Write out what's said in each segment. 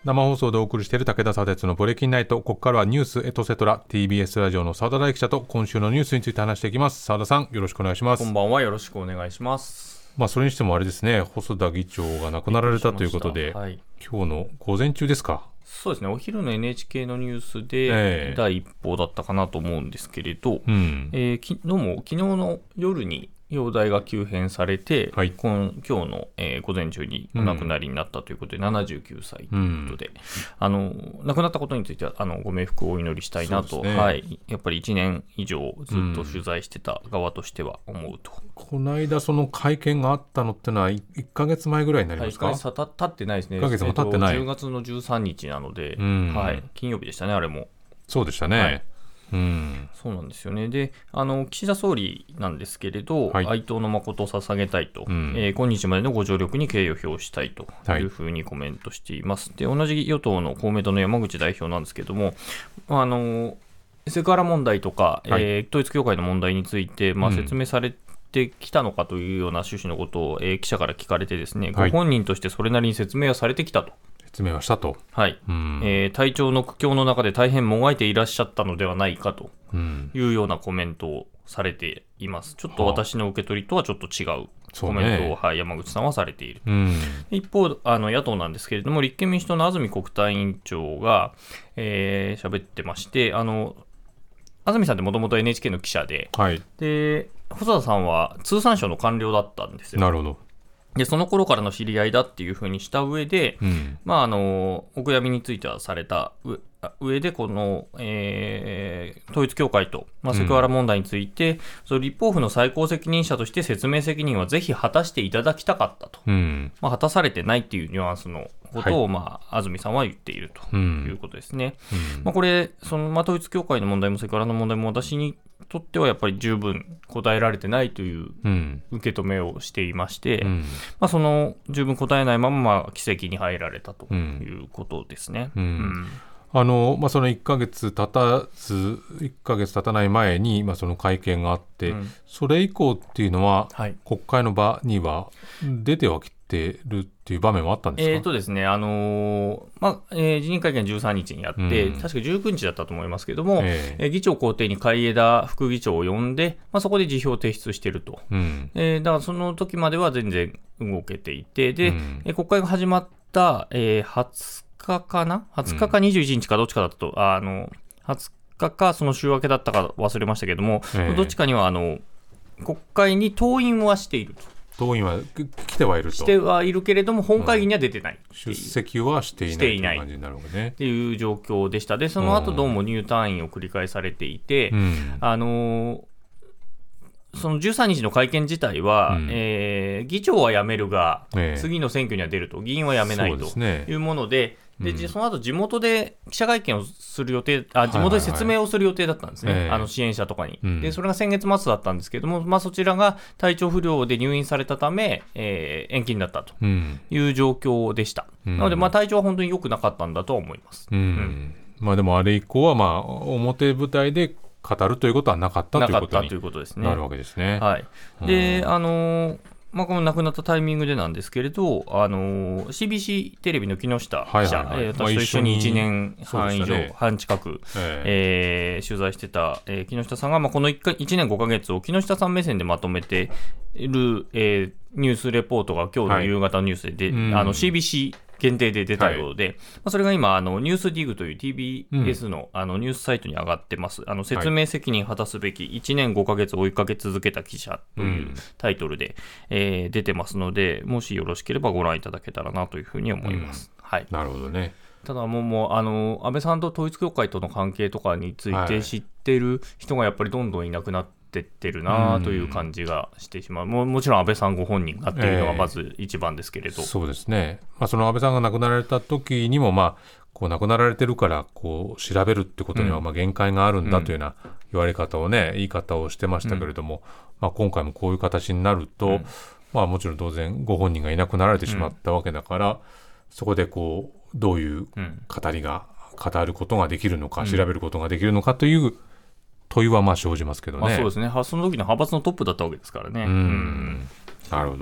生放送でお送りしている武田砂鉄のブレイキンナイト。ここからはニュースエトセトラ TBS ラジオの澤田大記者と今週のニュースについて話していきます。澤田さん、よろしくお願いします。 こんばんは、よろしくお願いします。 それにしてもあれですね、細田議長が亡くなられたということで、はい、今日の午前中ですか。 そうですね、お昼の NHK のニュースで第一報だったかなと思うんですけれど、昨日の夜に容体が急変されて、はい、今日の、午前中にお亡くなりになったということで、79歳ということで、亡くなったことについてはご冥福をお祈りしたいなと、はい、やっぱり1年以上ずっと取材してた側としては思うと。 この間その会見があったのってのは1ヶ月前ぐらいになりますか。 1ヶ月経ってないですね。 1ヶ月も経ってない。 10月の13日なので、はい、金曜日でしたね、あれも。 そうでしたね。はい、 そうなんですよね。で、岸田総理なんですけれど、はい、哀悼の誠を捧げたいと、今日までのご助力に敬意を表したいというふうにコメントしています。で、同じ与党の公明党の山口代表なんですけれども、セクハラ問題とか、はい、統一教会の問題について、説明されてきたのかというような趣旨のことを、記者から聞かれてですね、ご本人としてそれなりに説明はされてきたと。 説明はしたと、 はい、体調の苦境の中で大変もがいていらっしゃったのではないかというようなコメントをされています。ちょっと私の受け取りとはちょっと違うコメントを、はい、山口さんはされている。一方野党なんですけれども、立憲民主党の安住国対委員長が喋ってまして、安住さんってもともと NHK の記者で、はい、で細田さんは通産省の官僚だったんですよ。 なるほど。 でその頃からの知り合いだっていうふうにした上で、お悔やみについてはされた上で、この、統一教会と、セクハラ問題について、その立法府の最高責任者として説明責任はぜひ果たしていただきたかったと、果たされてないっていうニュアンスのことを、安住さんは言っているということですね。これ統一教会の問題もセクハラの問題も私にとってはやっぱり十分答えられてないという受け止めをしていまして、その十分答えないまま奇跡に入られたということですね。 その1ヶ月経たない前に、その会見があって、それ以降っていうのは、はい、国会の場には出てはきてるっていう場面はあったんですか。 ですね、辞任会見13日にやって、確か19日だったと思いますけれども、議長公邸に海江田副議長を呼んで、そこで辞表を提出していると、だからその時までは全然動けていて、で、国会が始まった、20日か21日かどっちかだったと、20日かその週明けだったか忘れましたけれども、どっちかには国会に登院はしていると。 登院は来てはいると。 してはいるけれども、本会議には出てない。 出席はしていないという感じになるわけね。 っていう状況でした。で、その後どうも入退院を繰り返されていて、その13日の会見自体は、議長は辞めるが、次の選挙には出ると、議員は辞めないというもので、その後地元で記者会見をする予定、地元で説明をする予定だったんですね、支援者とかに。でそれが先月末だったんですけども、そちらが体調不良で入院されたため、延期になったという状況でした。なので、体調は本当に良くなかったんだとは思います。でもあれ以降は、表舞台で語るということはなかったということですね。なるわけですね。 はい。で、この亡くなったタイミングでなんですけれど、CBC テレビの木下記者、私と一緒に1年半以上、半近く、取材してた、木下さんが、この 1年5ヶ月を木下さん目線でまとめている、ニュースレポートが今日の夕方のニュースで、CBC限定で出たようで、それが今ニュースディグという TBS の、ニュースサイトに上がってます。説明責任果たすべき1年5ヶ月追いかけ続けた記者というタイトルで、出てますので、もしよろしければご覧いただけたらなというふうに思います。はい、 なるほどね。 ただもう安倍さんと統一教会との関係とかについて知っている人がやっぱりどんどんいなくなってるなという感じがしてしまう。もちろん安倍さんご本人がっていうのはまず一番ですけれど、 そうですね。その安倍さんが亡くなられた時にも、こう亡くなられてるからこう調べるってことには限界があるんだというような言われ方をね、言い方をしてましたけれども、今回もこういう形になると、もちろん当然ご本人がいなくなられてしまったわけだから、そこでこうどういう語りが語ることができるのか、調べることができるのかという問いは生じますけどね。 そうですね。その時の派閥のトップだったわけですからね。 なるほど。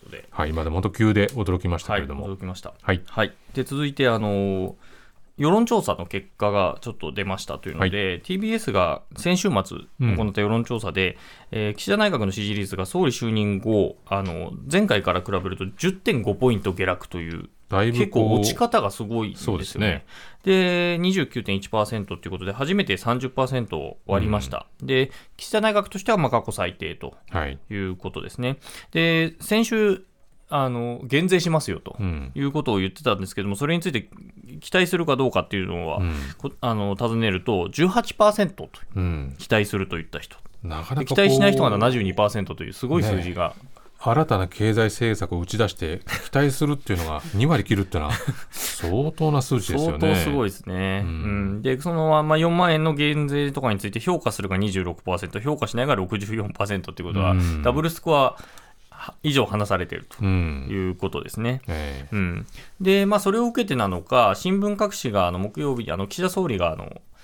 ことで、 はい、今でも本当急で驚きましたけれども、 はい、驚きました。 はいはい、で続いて世論調査の結果がちょっと出ましたというので、はい、TBS が先週末行った世論調査で、岸田内閣の支持率が総理就任後、前回から比べると 10.5 ポイント下落という、結構落ち方がすごいんですよね。そうですね。で 29.1% ということで初めて 30% を割りました、で岸田内閣としては過去最低ということですね。で先週減税しますよということを言ってたんですけども、それについて期待するかどうかっていうのは、尋ねると 18% と期待するといった人、 なかなか期待しない人が 72% というすごい数字が、 新たな経済政策を打ち出して期待するっていうのが2割切るっていうのは相当な数値ですよね。 相当すごいですね、でその4万円の減税とかについて評価するが 26%、 評価しないが 64% ということは、ダブルスコア以上話されているということですね。で、それを受けてなのか、新聞各紙が木曜日岸田総理が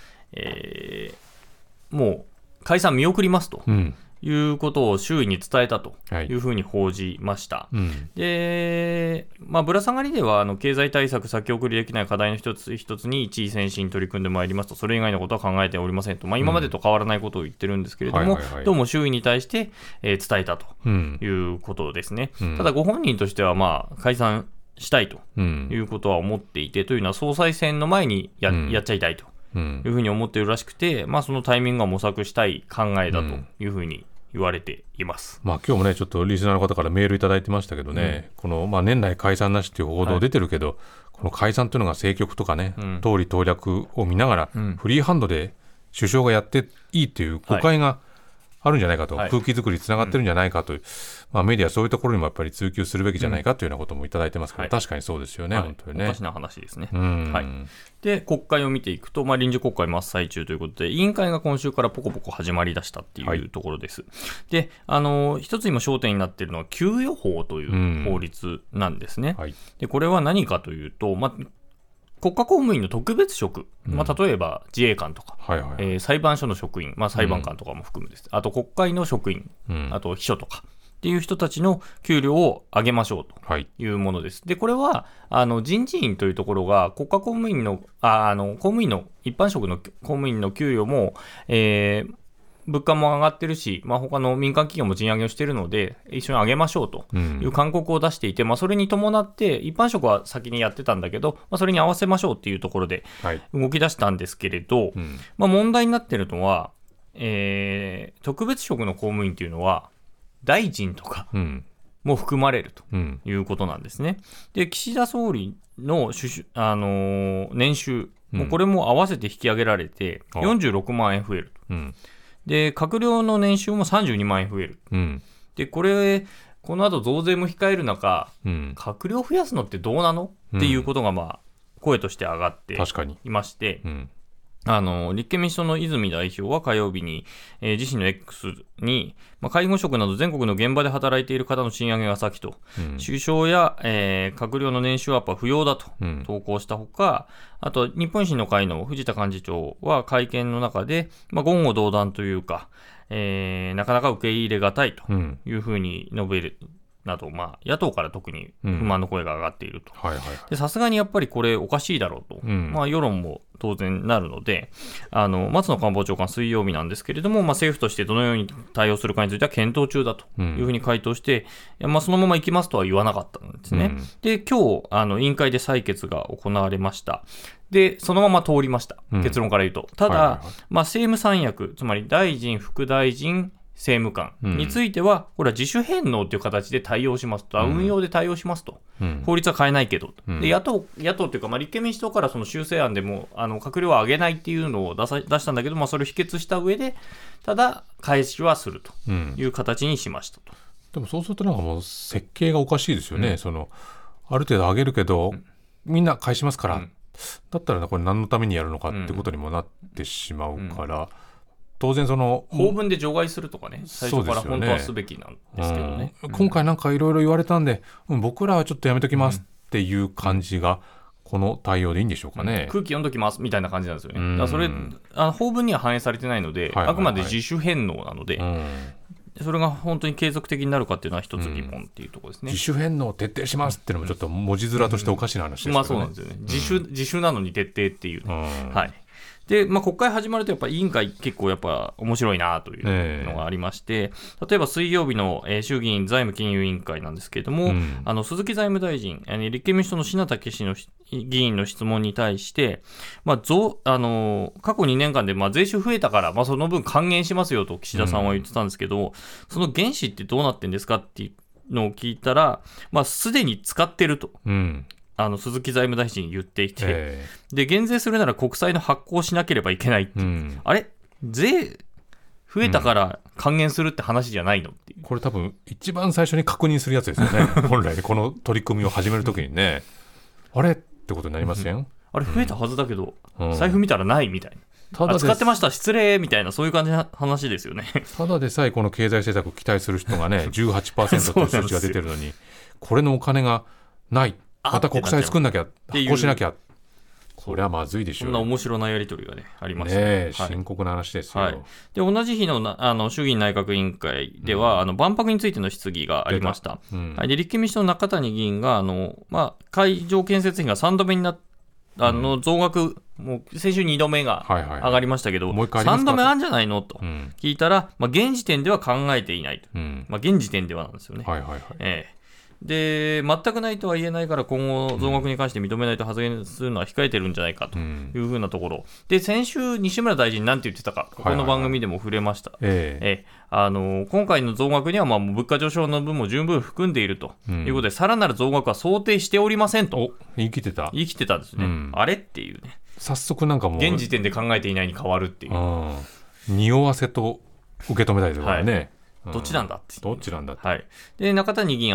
もう解散見送りますということを周囲に伝えたというふうに報じました。で、ぶら下がりでは経済対策先送りできない課題の一つ一つに一意専心取り組んでまいりますと、それ以外のことは考えておりませんと、今までと変わらないことを言ってるんですけれども、どうも周囲に対して、伝えたということですね。ただご本人としては解散したいということは思っていて、というのは総裁選の前に やっちゃいたいというふうに思っているらしくて、そのタイミングは模索したい考えだというふうに言われています。 今日もねちょっとリスナーの方からメールいただいてましたけどね、この年内解散なしっていう報道出てるけど、この解散というのが政局とかね、党利党略を見ながら、フリーハンドで首相がやっていいっていう誤解があるんじゃないかと、空気作りにつながってるんじゃないかという、メディアはそういうところにもやっぱり追求するべきじゃないかというようなこともいただいてますけど、確かにそうですよね、本当にね。 おかしな話ですね。で国会を見ていくと、臨時国会真っ最中ということで、委員会が今週からポコポコ始まりだしたっていうところです。で一つ今焦点になっているのは給与法という法律なんですね。でこれは何かというと、国家公務員の特別職、例えば自衛官とか、裁判所の職員、裁判官とかも含むです。あと国会の職員、あと秘書とかっていう人たちの給料を上げましょうというものです。でこれは人事院というところが国家公務員の公務員の一般職の公務員の給与も、物価も上がってるし、他の民間企業も賃上げをしているので一緒に上げましょうという勧告を出していて、それに伴って一般職は先にやってたんだけど、それに合わせましょうっていうところで動き出したんですけれど、問題になっているのは、特別職の公務員というのは大臣とかも含まれるということなんですね。で岸田総理の年収、これも合わせて引き上げられて46万円増えると。で閣僚の年収も32万円増える。でこの後増税も控える中、閣僚増やすのってどうなのっていうことが声として上がっていまして、立憲民主党の泉代表は火曜日に、自身の X に、介護職など全国の現場で働いている方の賃上げが先と、首相や、閣僚の年収アップは不要だと投稿したほか、あと日本維新の会の藤田幹事長は会見の中で、言語道断というか、なかなか受け入れがたいというふうに述べるなど、野党から特に不満の声が上がっていると。でさすがにやっぱりこれおかしいだろうと、世論も当然なるので、松野官房長官水曜日なんですけれども、政府としてどのように対応するかについては検討中だというふうに回答して、そのまま行きますとは言わなかったんですね。で今日委員会で採決が行われました。でそのまま通りました、結論から言うと。ただ、政務三役、つまり大臣副大臣政務官については、これは自主返納という形で対応しますと、運用で対応しますと、法律は変えないけど、で野党というか、立憲民主党からその修正案でも閣僚は上げないっていうのを出したんだけど、それを否決した上で、ただ開始はするという形にしましたと。 でもそうするともう設計がおかしいですよね。ある程度上げるけど、みんな返しますから、だったらこれ何のためにやるのかってことにもなってしまうから、当然法文で除外するとかね、最初から本当はすべきなんですけどね。 今回なんかいろいろ言われたんで、僕らはちょっとやめときますっていう感じが、この対応でいいんでしょうかね。 空気読んどきますみたいな感じなんですよね。だからそれ法文には反映されてないので、あくまで自主返納なので、 それが本当に継続的になるかっていうのは一つ疑問っていうところですね。 自主返納徹底しますっていうのもちょっと文字面としておかしな話ですけどね。 まあそうなんですよね。自主なのに徹底っていう、はい。で、国会始まるとやっぱり委員会結構やっぱ面白いなというのがありまして、例えば水曜日の衆議院財務金融委員会なんですけれども、鈴木財務大臣、立憲民主党の品武氏の議員の質問に対して、過去2年間で税収増えたから、その分還元しますよと岸田さんは言ってたんですけど、その原資ってどうなってんですかっていうのを聞いたら、すでに使ってると。鈴木財務大臣に言っていて、で減税するなら国債の発行しなければいけないっていう、あれ税増えたから還元するって話じゃないのっていう、 これ多分一番最初に確認するやつですよね本来ね、この取り組みを始めるときにねあれってことになりません？ あれ増えたはずだけど、財布見たらないみたいな、使ってました失礼みたいな、そういう感じの話ですよねただでさえこの経済政策を期待する人がね 18% という数値が出てるのにこれのお金がない、また国債作んなきゃ発行しなきゃ、これはまずいでしょう。 そんな面白なやり取りが、ありましたね。 深刻な話ですよ。 で同じ日の衆議院内閣委員会では、万博についての質疑がありました。で立憲民主党の中谷議員が会場建設費が3度目にな増額、もう先週2度目が上がりましたけど、3度目あるんじゃないのと聞いたら、現時点では考えていないと、現時点ではなんですよね。で全くないとは言えないから今後増額に関して認めないと発言するのは控えてるんじゃないかというふうなところで、先週西村大臣なんて言ってたか、ここの番組でも触れました。今回の増額には物価上昇の分も十分含んでいるということで、さらなる増額は想定しておりませんと言い切ってたんですね。あれっていうね、 早速なんかもう現時点で考えていないに変わるっていう、 匂わせと受け止めたいですからね。 どっちなんだって。 で中谷議員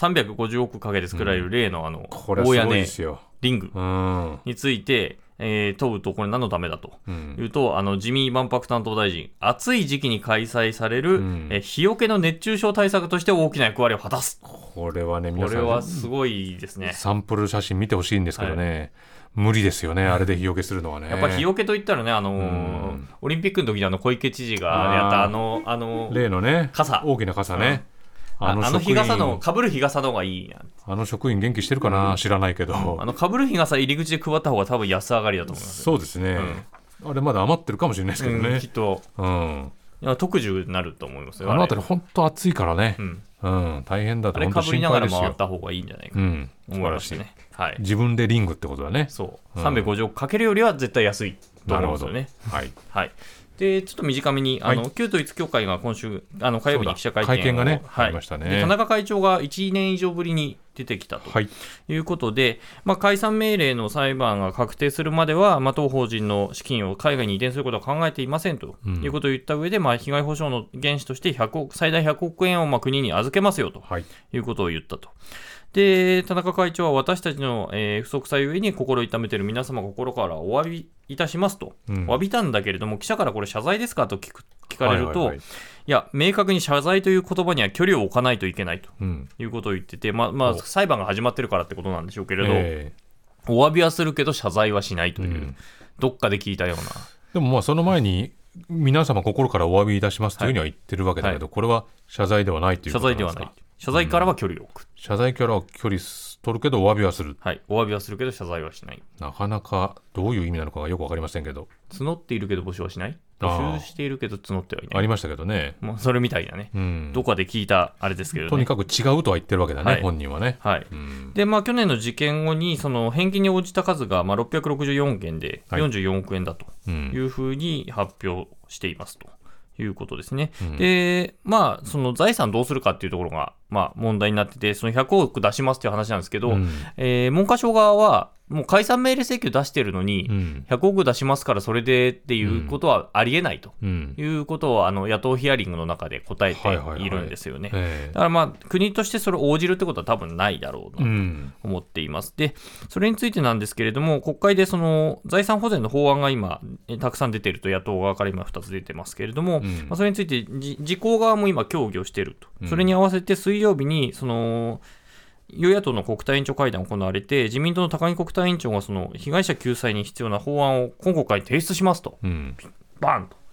350億かけて作られる例の大屋根リングについて、問うとこれ何のためだというと、自民万博担当大臣、暑い時期に開催される、日よけの熱中症対策として大きな役割を果たす。 これはね、皆さんこれはすごいですね。 サンプル写真見てほしいんですけどね、無理ですよね、あれで日よけするのはね。 やっぱり日よけといったらね、オリンピックの時に小池知事がやった例のね、 傘、 大きな傘ね、 日傘の被る日傘の方がいいな。 職員元気してるかな、知らないけど、 被る日傘入り口で配った方が多分安上がりだと思います。 そうですね、あれまだ余ってるかもしれないですけどね、 きっと、特需になると思いますよ。 あの辺り本当暑いからね、大変だと本当心配ですよ。あれ被りながら回った方がいいんじゃないかと思いましたね。 自分でリングってことだね。 そう、350億かけるよりは絶対安いと思うんですよね。でちょっと短めに旧統一教会が今週火曜日に記者会見がね、ありましたね。 で田中会長が1年以上ぶりに出てきたということで、解散命令の裁判が確定するまでは、当法人の資金を海外に移転することは考えていませんということを言った上で、被害補償の原資として最大100億円を国に預けますよということを言ったと。で田中会長は私たちの、不足さゆえに心痛めている皆様心からお詫びいたしますと、詫びたんだけれども記者からこれ謝罪ですかと聞かれると、いや明確に謝罪という言葉には距離を置かないといけないということを言ってて、裁判が始まってるからってことなんでしょうけれど、お詫びはするけど謝罪はしないという、どっかで聞いたような。 でもその前に皆様心からお詫びいたしますというふうには言ってるわけだけど、これは謝罪ではないということなんですか？ 謝罪ではない。謝罪からは距離を置く。 謝罪からは距離取るけどお詫びはする。 お詫びはするけど謝罪はしない。 なかなかどういう意味なのかがよく分かりませんけど。 募っているけど募集はしない。募集しているけど募ってはいない。 ありましたけどね。 それみたいなね。どこかで聞いたあれですけどね。 とにかく違うとは言ってるわけだね、本人はね。 で去年の事件後にその返金に応じた数が664件で44億円だというふうに発表していますと。いうことですね。で、その財産どうするかっていうところが、問題になってて、その100億出しますっていう話なんですけど、文科省側は、もう解散命令請求出してるのに、100億出しますからそれでっていうことはありえないということを野党ヒアリングの中で答えているんですよね。だから国としてそれを応じるってことは多分ないだろうと思っています。で、それについてなんですけれども、国会でその財産保全の法案が今たくさん出ていると、野党側から今2つ出てますけれども、それについて自公側も今協議をしていると。それに合わせて水曜日にその与野党の国対委員長会談が行われて、自民党の高木国対委員長がその被害者救済に必要な法案を今国会に提出しますと、バーンと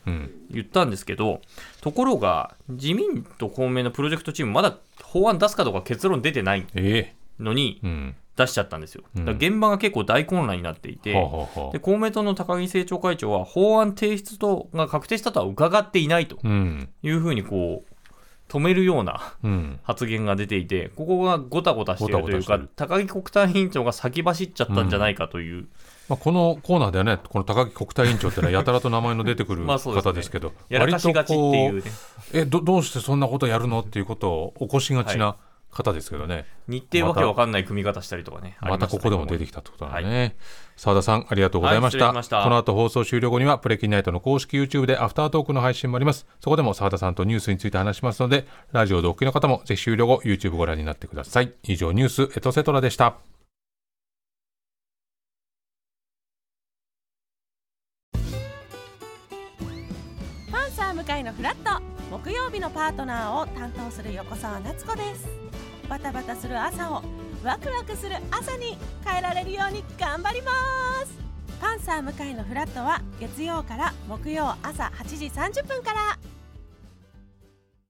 言ったんですけど、ところが自民と公明のプロジェクトチームまだ法案出すかどうか結論出てないのに出しちゃったんですよ。だから現場が結構大混乱になっていて、で公明党の高木政調会長は法案提出が確定したとは伺っていないというふうにこう止めるような発言が出ていて、ここがごたごたしているというか、高木国対委員長が先走っちゃったんじゃないかという、 このコーナーではね、この高木国対委員長ってのはやたらと名前の出てくる方ですけど、 やらかしがちっていうね、 どうしてそんなことやるのっていうことを起こしがちな方ですけどね、 日程わけわかんない組み方したりとかね、 またここでも出てきたってことなんでね。澤田さんありがとうございました。この後放送終了後にはプレキンナイトの公式 YouTube でアフタートークの配信もあります。そこでも澤田さんとニュースについて話しますので、ラジオでお聞きの方もぜひ終了後 YouTube ご覧になってください。以上ニュースエトセトラでした。 パンサー向井のフラット、木曜日のパートナーを担当する横澤夏子です。バタバタする朝をワクワクする朝に変えられるように頑張ります。パンサー向井のフラットは月曜から木曜朝8時30分から。